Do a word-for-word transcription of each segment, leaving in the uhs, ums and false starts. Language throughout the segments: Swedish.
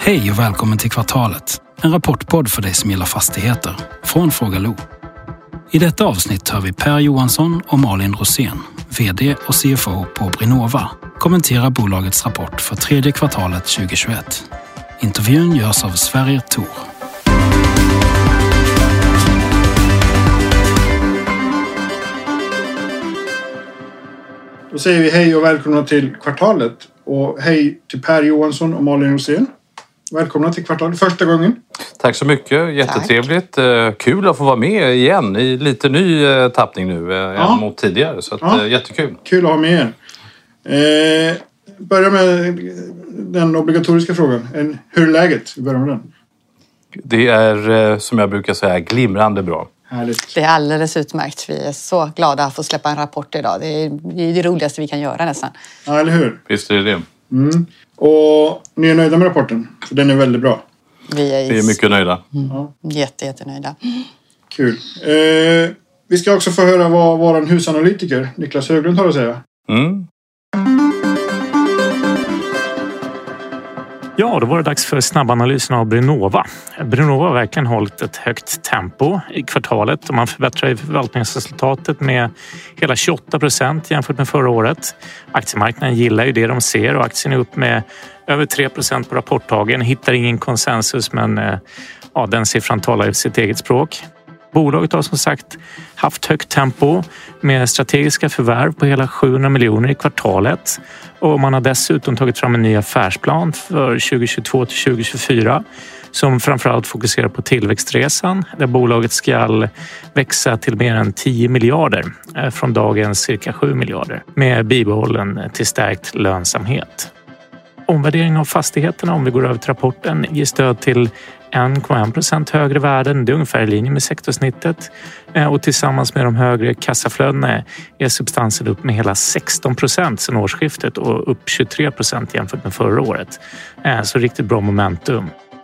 Hej och välkommen till Kvartalet, en rapportpodd för dig som gillar fastigheter, från Fråga Lo. I detta avsnitt hör vi Per Johansson och Malin Rosén, vd och C F O på Brinova, kommentera bolagets rapport för tredje kvartalet tjugohundratjugoett. Intervjun görs av Sverige Tor. Då säger vi hej och välkomna till Kvartalet. Och hej till Per Johansson och Malin Rosén. Välkomna till Kvartalet första gången. Tack så mycket, jättetrevligt. Tack. Kul att få vara med igen i lite ny tappning nu ja. än mot tidigare. Så att, ja. jättekul. Kul att ha med er. Eh, börja med den obligatoriska frågan. En, hur är läget? Vi börjar med den. Det är, som jag brukar säga, glimrande bra. Härligt. Det är alldeles utmärkt. Vi är så glada att få släppa en rapport idag. Det är det, är det roligaste vi kan göra nästan. Ja, eller hur? Visst är det det. Mm. Och ni är nöjda med rapporten? För den är väldigt bra. Vi är, vi är mycket nöjda. Mm. Ja. Jätte, jättenöjda. Kul. Eh, vi ska också få höra vad vår husanalytiker Niklas Höglund har att säga. Mm. Ja, då var det dags för snabbanalysen av Brinova. Brinova har verkligen hållit ett högt tempo i kvartalet och man förbättrar förvaltningsresultatet med hela tjugoåtta procent jämfört med förra året. Aktiemarknaden gillar ju det de ser och aktien är upp med över tre procent på rapportdagen. Hittar ingen konsensus men ja, den siffran talar i sitt eget språk. Bolaget har som sagt haft högt tempo med strategiska förvärv på hela sjuhundra miljoner i kvartalet. Och man har dessutom tagit fram en ny affärsplan för tjugohundratjugotvå till tjugohundratjugofyra som framförallt fokuserar på tillväxtresan där bolaget ska växa till mer än tio miljarder från dagens cirka sju miljarder med bibehållen till stärkt lönsamhet. Omvärdering av fastigheterna, om vi går över till rapporten, ger stöd till en komma en procent högre värden. Det är ungefär i linje med sektorsnittet. Och tillsammans med de högre kassaflödena är substansen upp med hela sexton procent sedan årsskiftet och upp tjugotre procent jämfört med förra året. Så riktigt bra momentum.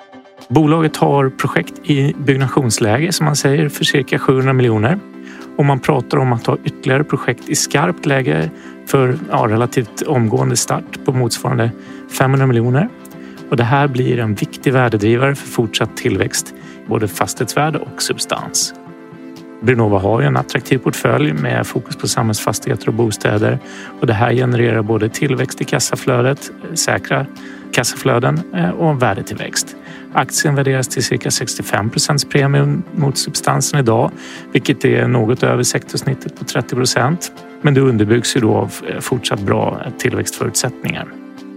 Bolaget har projekt i byggnationsläge som man säger för cirka sjuhundra miljoner. Och man pratar om att ha ytterligare projekt i skarpt läge för ja, relativt omgående start på motsvarande femhundra miljoner. Och det här blir en viktig värdedrivare för fortsatt tillväxt, både fastighetsvärde och substans. Brinova har ju en attraktiv portfölj med fokus på samhällsfastigheter och bostäder. Och det här genererar både tillväxt i kassaflödet, säkra kassaflöden och värdetillväxt. Aktien värderas till cirka sextiofem procent premium mot substansen idag, vilket är något över sektorsnittet på trettio procent. Men det underbyggs ju då av fortsatt bra tillväxtförutsättningar.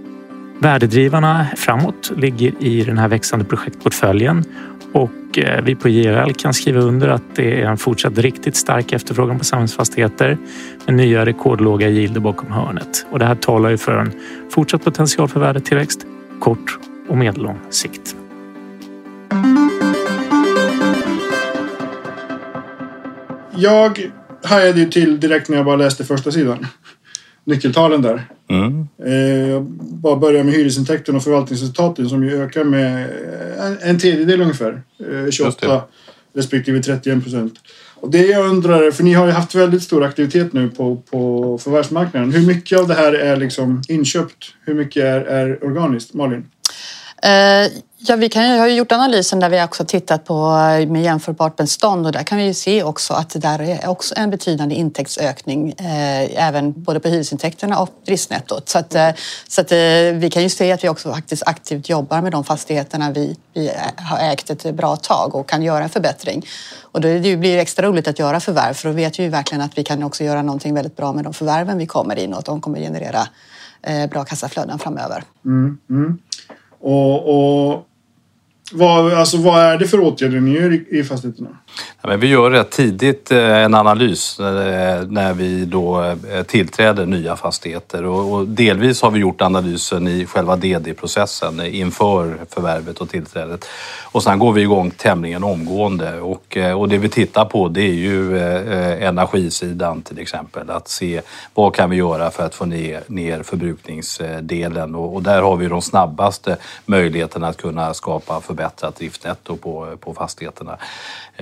Värdedrivarna framåt ligger i den här växande projektportföljen och vi på J R L kan skriva under att det är en fortsatt riktigt stark efterfrågan på samhällsfastigheter med nya rekordlåga yielder bakom hörnet. Och det här talar ju för en fortsatt potential för värdetillväxt, kort och medellång sikt. Jag hajade ju till direkt när jag bara läste första sidan. Nyckeltalen där. Mm. Eh, bara börja med hyresintäkten och förvaltningsresultaten som ju ökar med en, en tredjedel ungefär. Eh, tjugoåtta respektive trettioen procent. Och det jag undrar, för ni har ju haft väldigt stor aktivitet nu på, på förvärvsmarknaden. Hur mycket av det här är liksom inköpt? Hur mycket är, är organiskt? Malin? Uh, ja, vi kan ju, har ju gjort analysen där vi också tittat på med jämförbart bestånd och där kan vi ju se också att det där är också en betydande intäktsökning uh, även både på hyresintäkterna och driftsnettot. Så att, uh, så att uh, vi kan ju se att vi också faktiskt aktivt jobbar med de fastigheterna vi, vi har ägt ett bra tag och kan göra en förbättring. Och då det blir det extra roligt att göra förvärv för då vet vi ju verkligen att vi kan också göra någonting väldigt bra med de förvärven vi kommer in och att de kommer generera uh, bra kassaflöden framöver. Mm, mm. Och, och vad, alltså, vad är det för åtgärder ni gör i, i fastigheterna? Ja, men vi gör rätt tidigt en analys när vi då tillträder nya fastigheter och, och delvis har vi gjort analysen i själva D D-processen inför förvärvet och tillträdet. Och sen går vi igång tämligen omgående och, och det vi tittar på det är ju energisidan till exempel. Att se vad kan vi göra för att få ner, ner förbrukningsdelen och, och där har vi de snabbaste möjligheterna att kunna skapa förbättrat driftnetto på, på fastigheterna.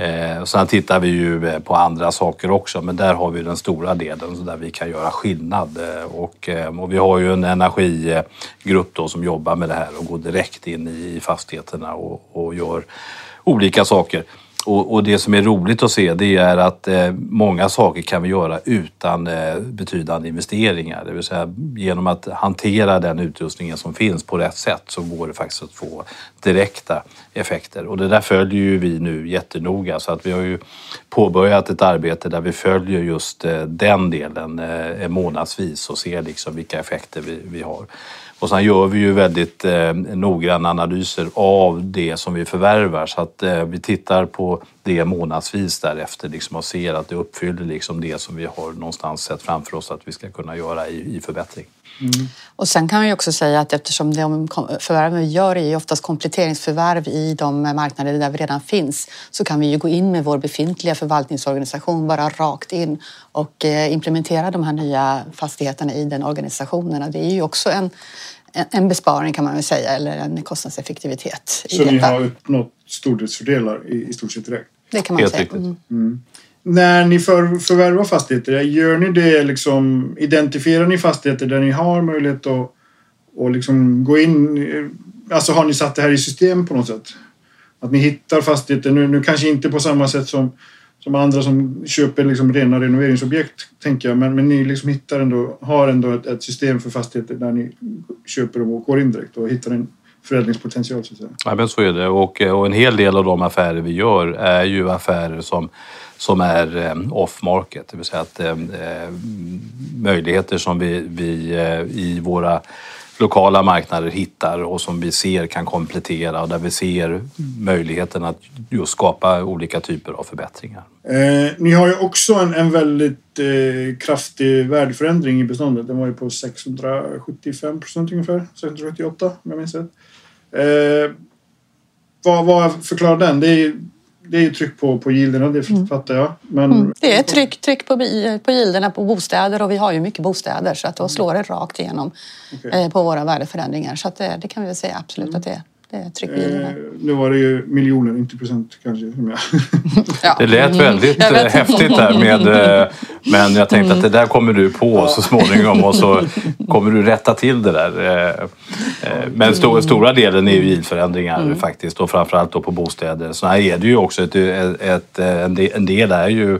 sen tittar vi ju på andra saker också, men där har vi den stora delen där vi kan göra skillnad. Och, och vi har ju en energigrupp då som jobbar med det här och går direkt in i fastigheterna och, och gör olika saker. Och, och det som är roligt att se, det är att eh, många saker kan vi göra utan eh, betydande investeringar. Det vill säga genom att hantera den utrustningen som finns på rätt sätt så går det faktiskt att få direkta effekter. Och det där följer ju vi nu jättenoga, så att vi har ju påbörjat ett arbete där vi följer just eh, den delen eh, månadsvis och ser liksom vilka effekter vi, vi har. Och sen gör vi ju väldigt eh, noggranna analyser av det som vi förvärvar, så att eh, vi tittar på det månadsvis därefter liksom, och ser att det uppfyller liksom, det som vi har någonstans sett framför oss att vi ska kunna göra i, i förbättring. Mm. Och sen kan vi också säga att eftersom de förvärven vi gör är oftast kompletteringsförvärv i de marknader där vi redan finns, så kan vi ju gå in med vår befintliga förvaltningsorganisation bara rakt in och implementera de här nya fastigheterna i den organisationen. Det är ju också en, en besparing kan man väl säga, eller en kostnadseffektivitet. Så ni har uppnått stordriftsfördelar i, i stort sett direkt? Det kan man Helt säga. riktigt. Mm. Mm. När ni för, förvärvar fastigheter, gör ni det liksom, identifierar ni fastigheter där ni har möjlighet att och liksom gå in, alltså har ni satt det här i system på något sätt? Att ni hittar fastigheter, nu, nu kanske inte på samma sätt som, som andra som köper liksom rena renoveringsobjekt, tänker jag, men, men ni liksom hittar ändå, har ändå ett, ett system för fastigheter där ni köper dem och går in direkt och hittar en förädlingspotential, så att säga. Ja, men så är det, och, och en hel del av de affärer vi gör är ju affärer som som är eh, off-market, det vill säga att eh, möjligheter som vi, vi eh, i våra lokala marknader hittar och som vi ser kan komplettera, och där vi ser möjligheten att just skapa olika typer av förbättringar. Eh, ni har ju också en, en väldigt eh, kraftig värdeförändring i beståndet. Den var ju på sexhundrasjuttiofem procent ungefär, sexhundrasjuttioåtta om jag minns rätt. Eh, vad, vad förklarar den? Det är Det är ju tryck på, på gilderna, det fattar jag. Men... Mm. Det är tryck, tryck på, på gilderna på bostäder, och vi har ju mycket bostäder, så att då slår det rakt igenom okay. eh, på våra värdeförändringar. Så att det, det kan vi väl säga absolut mm. att det, det är tryck på gilderna. Eh, nu var det ju miljoner, inte procent kanske. Ja. Det lät väldigt mm. häftigt där med, men jag tänkte mm. att det där kommer du på ja. så småningom, och så kommer du rätta till det där. Men st- stora delen är ju gildförändringar mm. faktiskt, och framförallt då på bostäder. Så här är det ju också, ett, ett, en del är ju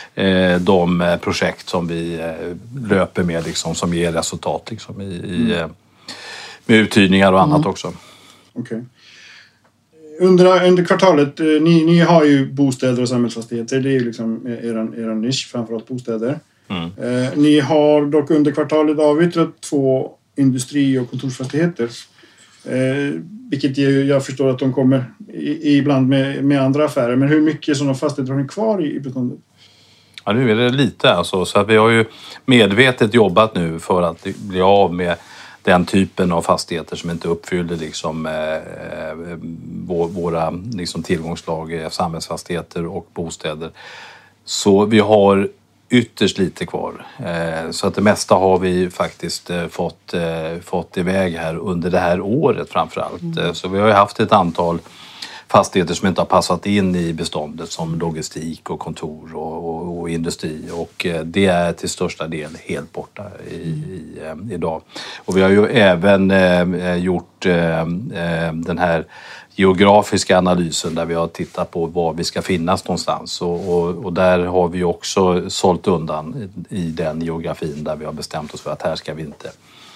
de projekt som vi löper med liksom, som ger resultat liksom, i, i, med uthyrningar och annat mm. också. Okej. Okay. Under, under kvartalet, ni, ni har ju bostäder och samhällsfastigheter. Det är ju liksom eran, eran nisch, framförallt bostäder. Mm. Eh, ni har dock under kvartalet avyttrat två industri- och kontorsfastigheter. Eh, vilket ju, jag förstår att de kommer i, ibland med, med andra affärer. Men hur mycket sådana fastigheter har ni kvar i, i beståndet? Ja, nu är det lite alltså. Så att vi har ju medvetet jobbat nu för att bli av med den typen av fastigheter som inte uppfyller liksom, eh, våra liksom, tillgångslag, samhällsfastigheter och bostäder. Så vi har ytterst lite kvar. Eh, så att det mesta har vi faktiskt eh, fått, eh, fått iväg här under det här året framförallt. Mm. Så vi har ju haft ett antal fastigheter som inte har passat in i beståndet, som logistik och kontor och, och, och industri, och det är till största del helt borta i, i, idag. Och vi har ju även eh, gjort eh, den här geografiska analysen där vi har tittat på var vi ska finnas någonstans, och, och, och där har vi också sålt undan i, i den geografin där vi har bestämt oss för att här ska vi inte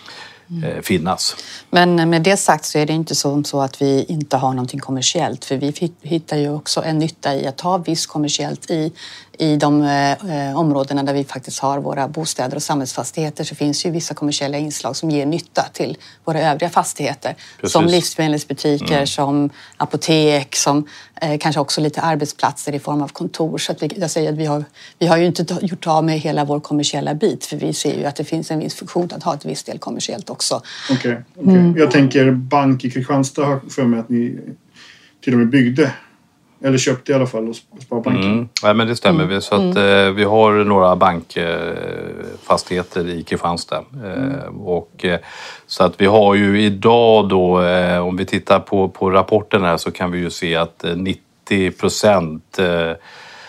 Mm. finnas. Men med det sagt så är det inte så, så att vi inte har någonting kommersiellt, för vi hittar ju också en nytta i att ha viss kommersiellt i, i de eh, områdena där vi faktiskt har våra bostäder och samhällsfastigheter. Så finns ju vissa kommersiella inslag som ger nytta till våra övriga fastigheter. Precis. Som livsmedelsbutiker, mm. som apotek, som eh, kanske också lite arbetsplatser i form av kontor. Så att vi, jag säger att vi har, vi har ju inte gjort av med hela vår kommersiella bit, för vi ser ju att det finns en viss funktion att ha ett visst del kommersiellt också. Okej, okay, okay. mm. Jag tänker bank i Kristianstad har för mig att ni till och med byggde, eller köpte i alla fall, hos Sparbanken. Mm. Ja, men det stämmer. Mm. Så att, eh, vi har några bankfastigheter i Kristianstad. Mm. Eh, och, eh, så att vi har ju idag då, eh, om vi tittar på, på rapporten här, så kan vi ju se att nittio procent eh,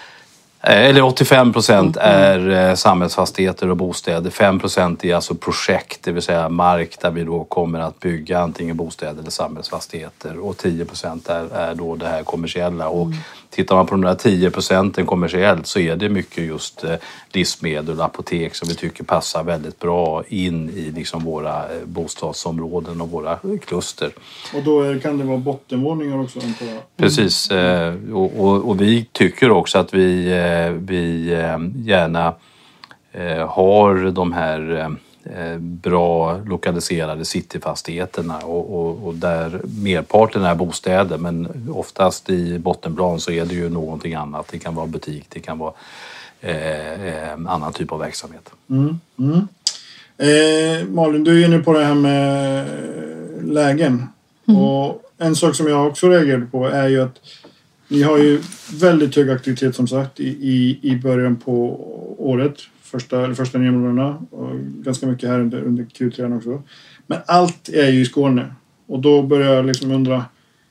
Eller åttiofem procent är samhällsfastigheter och bostäder. fem procent är alltså projekt, det vill säga mark där vi då kommer att bygga antingen bostäder eller samhällsfastigheter. Och tio procent är, är då det här kommersiella. Och tittar man på de där tio procenten kommersiellt så är det mycket just livsmedel och apotek som vi tycker passar väldigt bra in i liksom våra bostadsområden och våra kluster. Och då är, kan det vara bottenvåningar också? Antar jag. Precis, och, och, och vi tycker också att vi, vi gärna har de här bra lokaliserade cityfastigheterna och, och, och där merparten är bostäder, men oftast i bottenplan så är det ju någonting annat. Det kan vara butik, det kan vara eh, annan typ av verksamhet. Mm, mm. Eh, Malin, du är inne på det här med lägen. Mm. Och en sak som jag också reagerade på är ju att ni har ju väldigt hög aktivitet som sagt i, i, i början på året. Första, eller första nio månaderna och ganska mycket här under, under Q tre också. Men allt är ju i Skåne. Och då börjar jag liksom undra,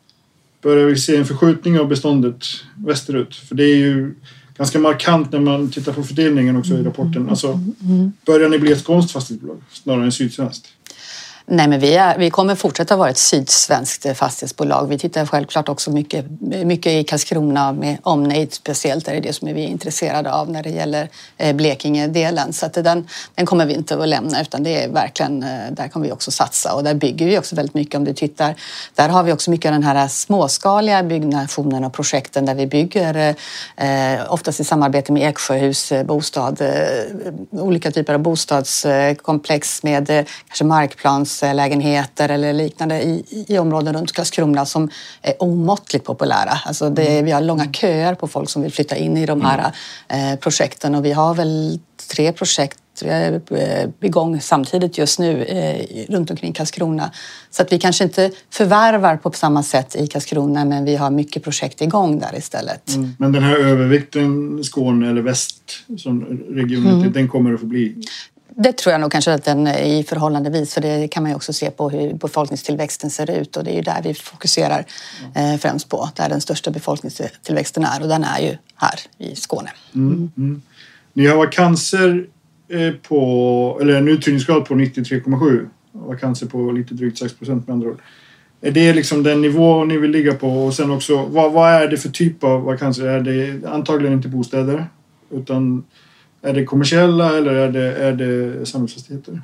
börjar vi se en förskjutning av beståndet västerut? För det är ju ganska markant när man tittar på fördelningen också i rapporten. Alltså, börjar ni bli ett skånskt fastighetsbolag snarare än sydsvenskt? Nej, men vi, är, vi kommer fortsätta vara ett sydsvenskt fastighetsbolag. Vi tittar självklart också mycket, mycket i Karlskrona med omnejd. Speciellt är det det som vi är intresserade av när det gäller Blekinge-delen. Så att den, den kommer vi inte att lämna, utan det är verkligen, där kommer vi också satsa. Och där bygger vi också väldigt mycket, om du tittar. Där har vi också mycket av den här småskaliga byggnationen och projekten där vi bygger eh, oftast i samarbete med Eksjöhus bostad. Eh, olika typer av bostadskomplex med eh, kanske markplans lägenheter eller liknande i, i områden runt Karlskrona som är omåttligt populära. Alltså det, vi har långa köer på folk som vill flytta in i de här eh, projekten, och vi har väl tre projekt vi är igång samtidigt just nu eh, runt omkring Karlskrona. Så att vi kanske inte förvärvar på samma sätt i Karlskrona, men vi har mycket projekt igång där istället. Mm. Men den här övervikten Skåne eller väst som regionen, mm. den kommer att få bli? Det tror jag nog kanske att den är i förhållandevis, för det kan man ju också se på hur befolkningstillväxten ser ut, och det är ju där vi fokuserar eh, främst på, där den största befolkningstillväxten är, och den är ju här i Skåne. Mm. Mm. Ni har vakanser eh, på, eller en uthyrningsgrad på nittiotre komma sju, vakanser på lite drygt sex procent med andra ord. Är det liksom den nivå ni vill ligga på? Och sen också, vad, vad är det för typ av vakanser? Är det antagligen inte bostäder, utan är det kommersiella eller är det, är det samhällsfastigheter?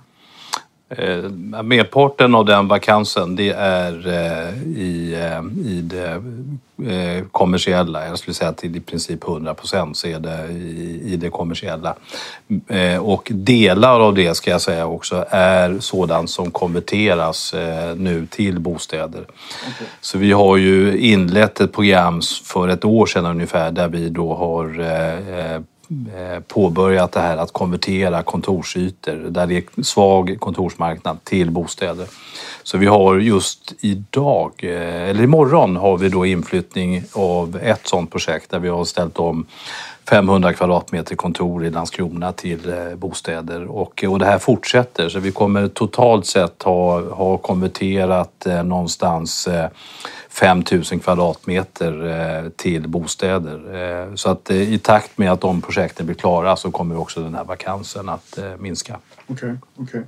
Eh, merparten av den vakansen det är eh, i, eh, i det eh, kommersiella. Jag skulle säga att till i princip hundra procent så är det i, i det kommersiella. Eh, och delar av det ska jag säga också är sådant som konverteras eh, nu till bostäder. Okay. Så vi har ju inlett ett program för ett år sedan ungefär där vi då har eh, påbörjat det här att konvertera kontorsytor där det är svag kontorsmarknad till bostäder. Så vi har just idag, eller imorgon har vi då inflyttning av ett sådant projekt där vi har ställt om femhundra kvadratmeter kontor i Landskrona till bostäder, och, och det här fortsätter, så vi kommer totalt sett ha, ha konverterat eh, någonstans eh, fem tusen kvadratmeter eh, till bostäder. Eh, så att eh, i takt med att de projekten blir klara så kommer också den här vakansen att eh, minska. Okej, okay, okej. Okay.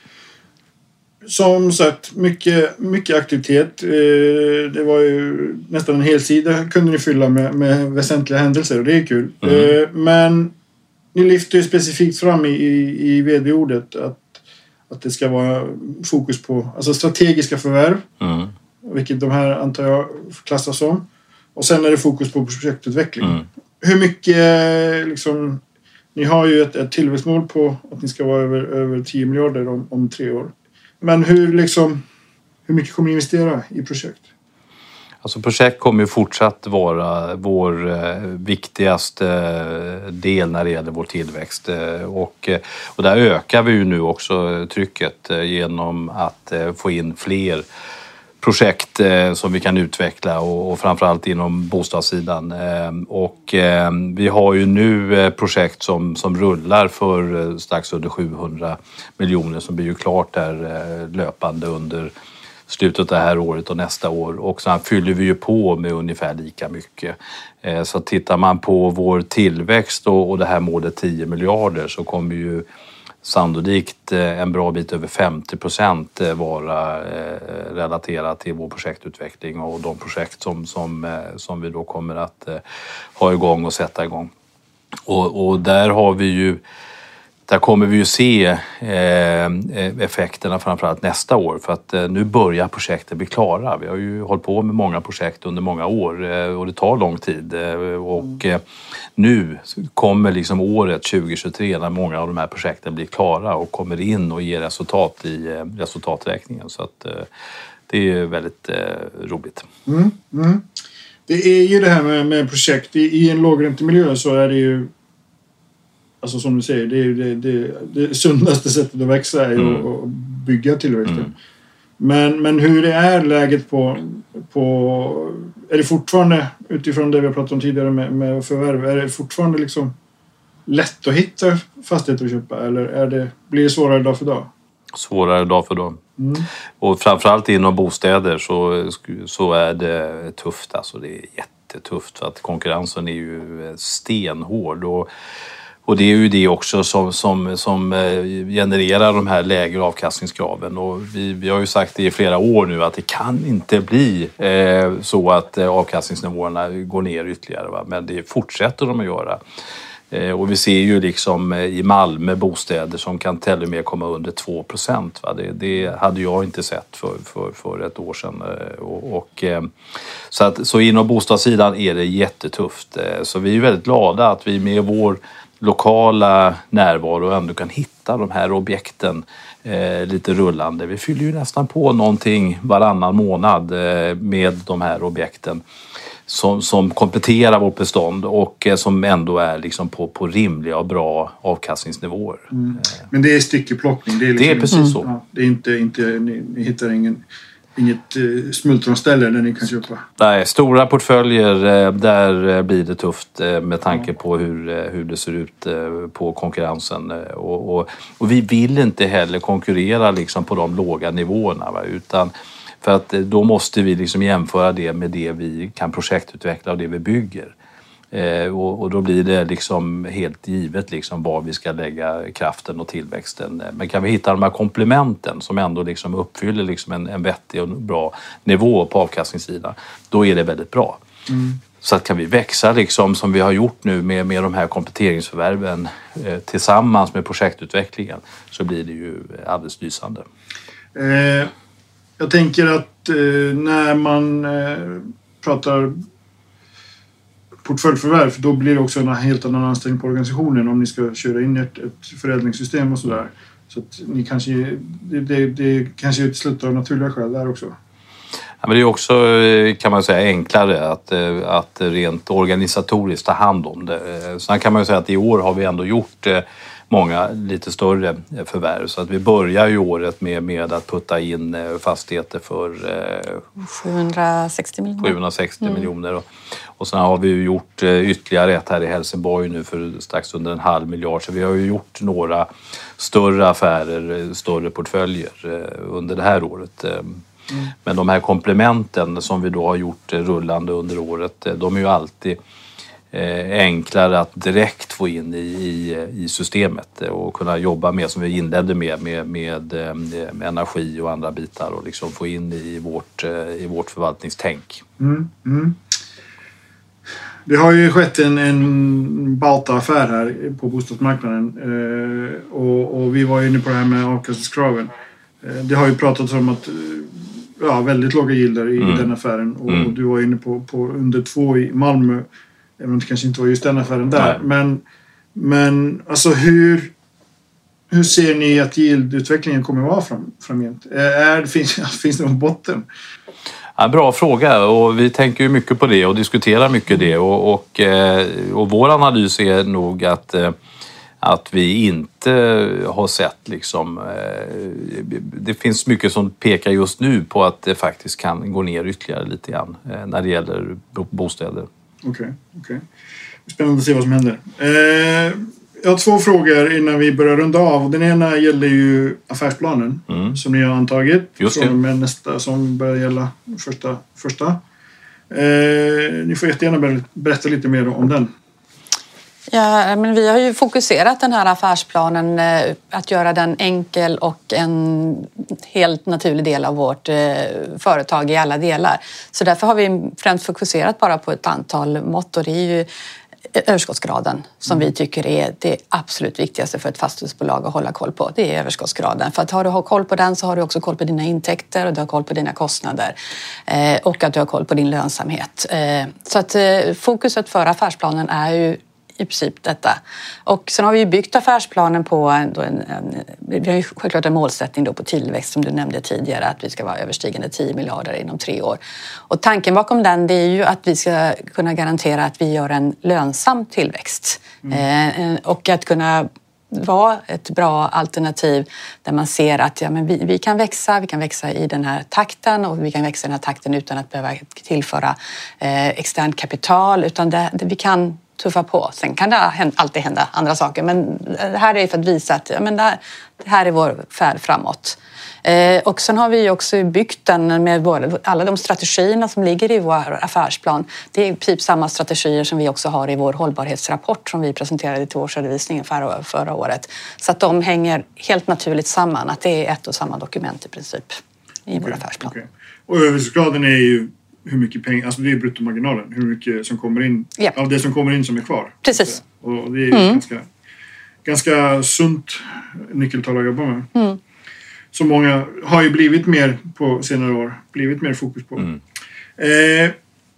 Som sagt, mycket, mycket aktivitet. Eh, det var ju nästan en hel sida kunde ni fylla med, med väsentliga händelser, och det är kul. Mm. Eh, men ni lyfter ju specifikt fram i, i, i vd-ordet att, att det ska vara fokus på alltså strategiska förvärv. Mm. Vilket de här antar jag klassas som. Och sen är det fokus på projektutveckling. Mm. Hur mycket liksom, ni har ju ett, ett tillväxtmål på att ni ska vara över, över tio miljarder om, om tre år. Men hur liksom, hur mycket kommer ni investera i projekt? Alltså projekt kommer ju fortsatt vara vår eh, viktigaste del när det gäller vår tillväxt. Och, och där ökar vi ju nu också trycket eh, genom att eh, få in fler projekt eh, som vi kan utveckla, och, och framförallt inom bostadssidan. Eh, och eh, vi har ju nu eh, projekt som, som rullar för eh, strax under sjuhundra miljoner som blir ju klart där eh, löpande under slutet av det här året och nästa år. Och sen fyller vi ju på med ungefär lika mycket. Så tittar man på vår tillväxt och det här målet tio miljarder så kommer ju sannolikt en bra bit över femtio procent vara relaterat till vår projektutveckling och de projekt som, som, som vi då kommer att ha igång och sätta igång. Och, och där har vi ju Där kommer vi ju se eh, effekterna framförallt nästa år för att eh, nu börjar projekten bli klara. Vi har ju hållit på med många projekt under många år eh, och det tar lång tid. Eh, och eh, nu kommer liksom året tjugo tjugotre när många av de här projekten blir klara och kommer in och ger resultat i eh, resultaträkningen. Så att eh, det är väldigt eh, roligt. Mm, mm. Det är ju det här med, med projekt. I, I en lågräntemiljö så är det ju alltså som du säger, det är ju det, det, det sundaste sättet att växa är mm. att bygga tillväxten. Mm. Men, men hur är läget på, på... Är det fortfarande, utifrån det vi har pratat om tidigare med, med förvärv, är det fortfarande liksom lätt att hitta fastigheter att köpa? Eller är det, blir det svårare dag för dag? Svårare dag för dag. Mm. Och framförallt inom bostäder så, så är det tufft. Alltså det är jättetufft för att konkurrensen är ju stenhård och Och det är ju det också som, som, som genererar de här lägre avkastningskraven. Och vi, vi har ju sagt det i flera år nu att det kan inte bli eh, så att avkastningsnivåerna går ner ytterligare. Va? Men det fortsätter de att göra. Eh, och vi ser ju liksom i Malmö bostäder som kan till och med komma under två procent. Va? Det, det hade jag inte sett för, för, för ett år sedan. Och, och, eh, så, att, så inom bostadssidan är det jättetufft. Eh, så vi är väldigt glada att vi med vår lokala närvaro ändå kan hitta de här objekten eh, lite rullande. Vi fyller ju nästan på någonting varannan månad eh, med de här objekten som, som kompletterar vårt bestånd och eh, som ändå är liksom på, på rimliga och bra avkastningsnivåer. Mm. Men det är styckeplockning? Det är, liksom det är precis inte, så. Ja, det är inte, inte ni, ni hittar ingen... Inget eh, smultronställe där ni kan köpa? Nej, stora portföljer, eh, där blir det tufft eh, med tanke på hur, eh, hur det ser ut eh, på konkurrensen. Eh, och, och, och vi vill inte heller konkurrera liksom, på de låga nivåerna. Va? Utan för att eh, då måste vi liksom jämföra det med det vi kan projektutveckla och det vi bygger. Eh, och, och då blir det liksom helt givet liksom var vi ska lägga kraften och tillväxten. Men kan vi hitta de här komplementen som ändå liksom uppfyller liksom en, en vettig och bra nivå på avkastningssidan, då är det väldigt bra. Mm. Så att kan vi växa liksom som vi har gjort nu med, med de här kompletteringsförvärven eh, tillsammans med projektutvecklingen så blir det ju alldeles lysande. Eh, jag tänker att eh, när man eh, pratar portföljförvärv, för då blir det också en helt annan anställning på organisationen om ni ska köra in ett, ett förädlingssystem och sådär. Så att ni kanske, det, det, det kanske utesluter av naturliga skäl där också. Ja, men det är också, kan man säga, enklare att, att rent organisatoriskt ta hand om det. Sen kan man ju säga att i år har vi ändå gjort många lite större förvärv. Så att vi börjar ju året med, med att putta in fastigheter för sjuhundrasextio miljoner. sjuhundrasextio mm. miljoner. Och, och sen har vi ju gjort ytterligare ett här i Helsingborg nu för strax under en halv miljard. Så vi har ju gjort några större affärer, större portföljer under det här året. Mm. Men de här komplementen som vi då har gjort rullande under året, de är ju alltid enklare att direkt få in i, i, i systemet och kunna jobba med, som vi inledde med, med, med, med energi och andra bitar och liksom få in i vårt, i vårt förvaltningstänk. Mm, mm. Det har ju skett en, en Balta-affär här på bostadsmarknaden eh, och, och vi var ju inne på det här med avkastningskraven. Eh, det har ju pratats om att ja, väldigt låga gilder i mm. den affären och, mm. och du var inne på, på under två i Malmö. Även om det kanske inte var just den affären där. Men, men alltså hur, hur ser ni att yield-utvecklingen kommer att vara fram, framgent? Är, finns, finns det någon botten? Ja, bra fråga och vi tänker ju mycket på det och diskuterar mycket det. Och, och, och vår analys är nog att, att vi inte har sett liksom... Det finns mycket som pekar just nu på att det faktiskt kan gå ner ytterligare lite grann när det gäller bostäder. Okej, okay, okej. Okay. Spännande att se vad som händer. Eh, Jag har två frågor innan vi börjar runda av. Den ena gäller ju affärsplanen mm. som ni har antagit. Just det. Från med nästa som börjar gälla första. första. Eh, ni får jättegärna berätta lite mer om den. Ja, men vi har ju fokuserat den här affärsplanen eh, att göra den enkel och en helt naturlig del av vårt eh, företag i alla delar. Så därför har vi främst fokuserat bara på ett antal mått och det är ju överskottsgraden som mm. vi tycker är det absolut viktigaste för ett fastighetsbolag att hålla koll på. Det är överskottsgraden. För att har du har koll på den så har du också koll på dina intäkter och du har koll på dina kostnader eh, och att du har koll på din lönsamhet. Eh, så att eh, fokuset för affärsplanen är ju i princip detta. Och sen har vi ju byggt affärsplanen på en, en, en, vi har ju självklart en målsättning då på tillväxt som du nämnde tidigare att vi ska vara överstigande tio miljarder inom tre år. Och tanken bakom den det är ju att vi ska kunna garantera att vi gör en lönsam tillväxt. Mm. Eh, och att kunna vara ett bra alternativ där man ser att ja, men vi, vi kan växa, vi kan växa i den här takten och vi kan växa i den här takten utan att behöva tillföra eh, externt kapital utan det, det, vi kan tuffa på. Sen kan det alltid hända andra saker men det här är för att visa att ja, men det, här, det här är vår färd framåt. Eh, och sen har vi också byggt den med våra, alla de strategierna som ligger i vår affärsplan. Det är typ samma strategier som vi också har i vår hållbarhetsrapport som vi presenterade till årsredovisningen förra, förra året. Så att de hänger helt naturligt samman. Att det är ett och samma dokument i princip i okay, vår affärsplan. Okay. Och överskottsgraden är ju hur mycket pengar, alltså det är bruttomarginalen, hur mycket som kommer in, yep. av det som kommer in som är kvar. Precis. Och det är ju mm. ganska, ganska sunt nyckeltal att jobba med. Mm. Så många har ju blivit mer på senare år, blivit mer fokus på. Mm. Eh,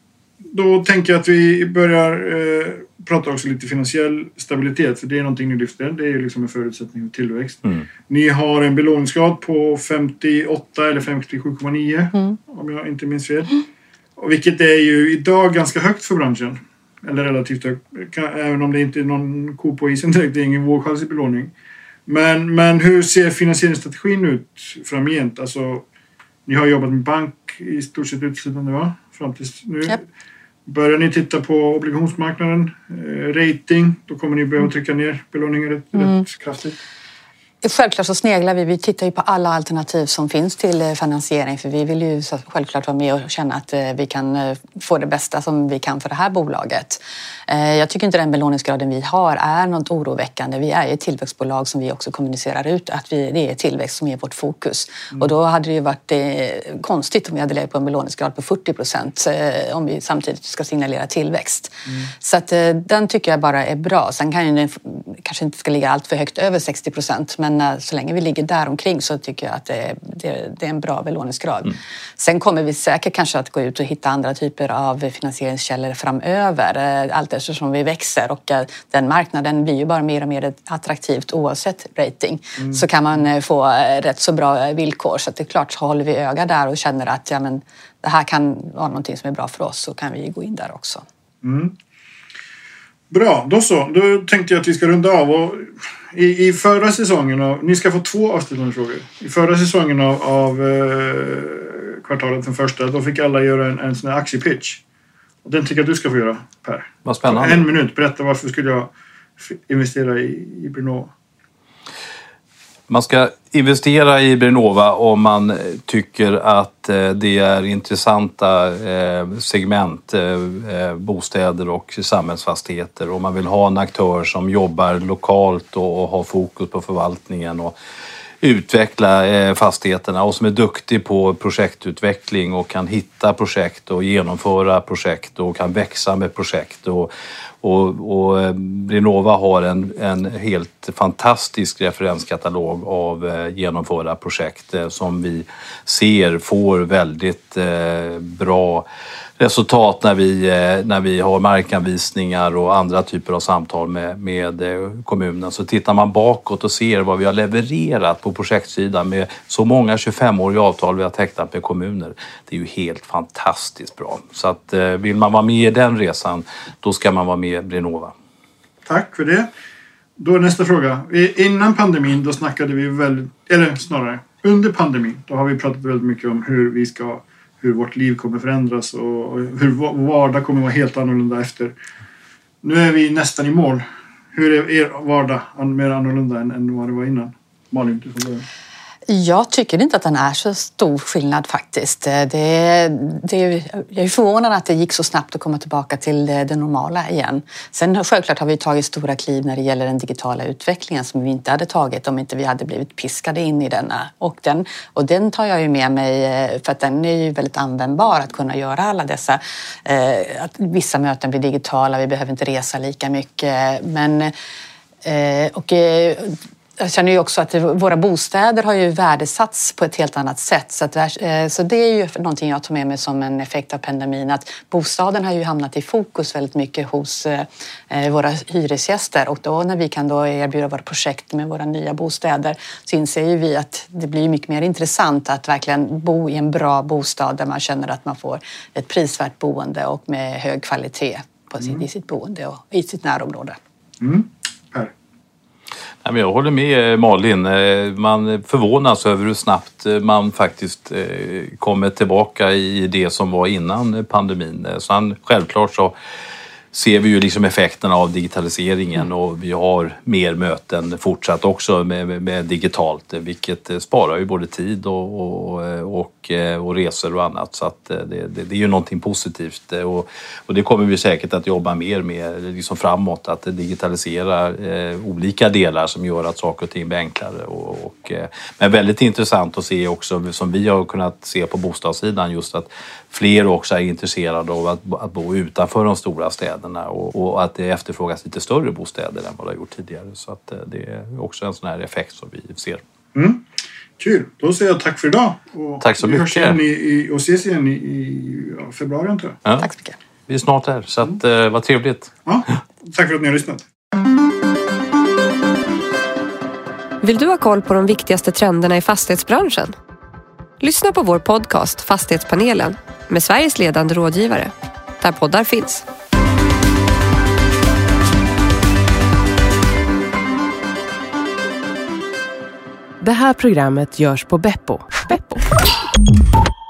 då tänker jag att vi börjar eh, prata också lite finansiell stabilitet, för det är någonting ni lyfter, det är ju liksom en förutsättning för tillväxt. Mm. Ni har en belåningsgrad på femtioåtta eller femtiosju komma nio mm. om jag inte minns fel. Mm. Och vilket är ju idag ganska högt för branschen. Eller relativt högt. Även om det inte är någon ko på isen direkt. Det är ingen våghalsig belåning. Men, men hur ser finansieringsstrategin ut framgent? Alltså, ni har jobbat med bank i stort sett utslutande va? Fram tills nu. Yep. Börjar ni titta på obligationsmarknaden? Eh, rating? Då kommer ni behöva trycka ner belåningen rätt, mm. rätt kraftigt. Självklart så sneglar vi, vi tittar ju på alla alternativ som finns till finansiering för vi vill ju självklart vara med och känna att vi kan få det bästa som vi kan för det här bolaget. Jag tycker inte den belåningsgraden vi har är något oroväckande. Vi är ett tillväxtbolag som vi också kommunicerar ut att vi, det är tillväxt som är vårt fokus. Mm. Och då hade det ju varit konstigt om vi hade legat på en belåningsgrad på fyrtio procent om vi samtidigt ska signalera tillväxt. Mm. Så att den tycker jag bara är bra. Sen kan ju den kanske inte ska ligga allt för högt över sextio procent men Men så länge vi ligger där omkring så tycker jag att det är, det, det är en bra belåningsgrad. Mm. Sen kommer vi säkert kanske att gå ut och hitta andra typer av finansieringskällor framöver. Allt eftersom vi växer och den marknaden blir ju bara mer och mer attraktivt oavsett rating. Mm. Så kan man få rätt så bra villkor. Så att det är klart så håller vi öga där och känner att ja, men det här kan vara någonting som är bra för oss så kan vi gå in där också. Mm. Bra, då så. Då tänkte jag att vi ska runda av. Och i, i förra säsongen, av, ni ska få två avslutande frågor. I förra säsongen av, av eh, kvartalet, den första, då fick alla göra en, en sån här aktiepitch. Och den tycker jag att du ska få göra, Per. Vad spännande. En minut, berätta varför skulle jag investera i, i Brinova. Man ska investera i Brinova om man tycker att det är intressanta segment, bostäder och samhällsfastigheter. Och man vill ha en aktör som jobbar lokalt och har fokus på förvaltningen och utveckla fastigheterna och som är duktig på projektutveckling och kan hitta projekt och genomföra projekt och kan växa med projekt. Och, och, och Brinova har en, en helt fantastisk referenskatalog av genomförda projekt som vi ser får väldigt bra resultat när vi, när vi har markanvisningar och andra typer av samtal med, med kommunen. Så tittar man bakåt och ser vad vi har levererat på projektsidan med så många tjugofemåriga avtal vi har tecknat med kommuner. Det är ju helt fantastiskt bra. Så att vill man vara med i den resan, då ska man vara med i Brinova. Tack för det. Då är nästa fråga. Innan pandemin då snackade vi väldigt, eller snarare under pandemin, då har vi pratat väldigt mycket om hur vi ska hur vårt liv kommer förändras och hur vardag kommer vara helt annorlunda efter. Nu är vi nästan i mål. Hur är er vardag mer annorlunda än, än vad det var innan? Malin, du får börja. Jag tycker inte att den är så stor skillnad faktiskt. Det, det, jag är förvånad att det gick så snabbt att komma tillbaka till det, det normala igen. Sen självklart har vi tagit stora kliv när det gäller den digitala utvecklingen som vi inte hade tagit om inte vi hade blivit piskade in i denna. Och den, och den tar jag ju med mig för att den är ju väldigt användbar att kunna göra alla dessa. Eh, att vissa möten blir digitala, vi behöver inte resa lika mycket. Men, eh, och... Eh, Jag känner ju också att våra bostäder har ju värdesatts på ett helt annat sätt. Så, att, så det är ju någonting jag tar med mig som en effekt av pandemin. Att bostaden har ju hamnat i fokus väldigt mycket hos våra hyresgäster. Och då när vi kan då erbjuda våra projekt med våra nya bostäder så inser ju vi att det blir mycket mer intressant att verkligen bo i en bra bostad där man känner att man får ett prisvärt boende och med hög kvalitet på sitt, mm. i sitt boende och i sitt närområde. Mm. Per. Jag håller med Malin. Man förvånas över hur snabbt man faktiskt kommer tillbaka i det som var innan pandemin. Så självklart så ser vi ju liksom effekterna av digitaliseringen och vi har mer möten fortsatt också med, med, med digitalt, vilket sparar ju både tid och, och, och, och resor och annat. Så att det, det, det är ju någonting positivt och, och det kommer vi säkert att jobba mer med liksom framåt, att digitalisera eh, olika delar som gör att saker och ting blir enklare. Och, och, men väldigt intressant att se också, som vi har kunnat se på bostadssidan, just att fler också är intresserade av att, att bo utanför de stora städerna och, och att det efterfrågas lite större bostäder än vad det har gjort tidigare. Så att det är också en sån här effekt som vi ser. Mm. Kul, då säger jag tack för idag. Och tack så vi mycket. Vi hörs igen i, i, och ses igen i, i februari antar jag. Ja. Tack så mycket. Vi är snart här, så att, eh, vad trevligt. Ja, tack för att ni har lyssnat. Vill du ha koll på de viktigaste trenderna i fastighetsbranschen? Lyssna på vår podcast Fastighetspanelen med Sveriges ledande rådgivare, där poddar finns. Det här programmet görs på Beppo. Beppo.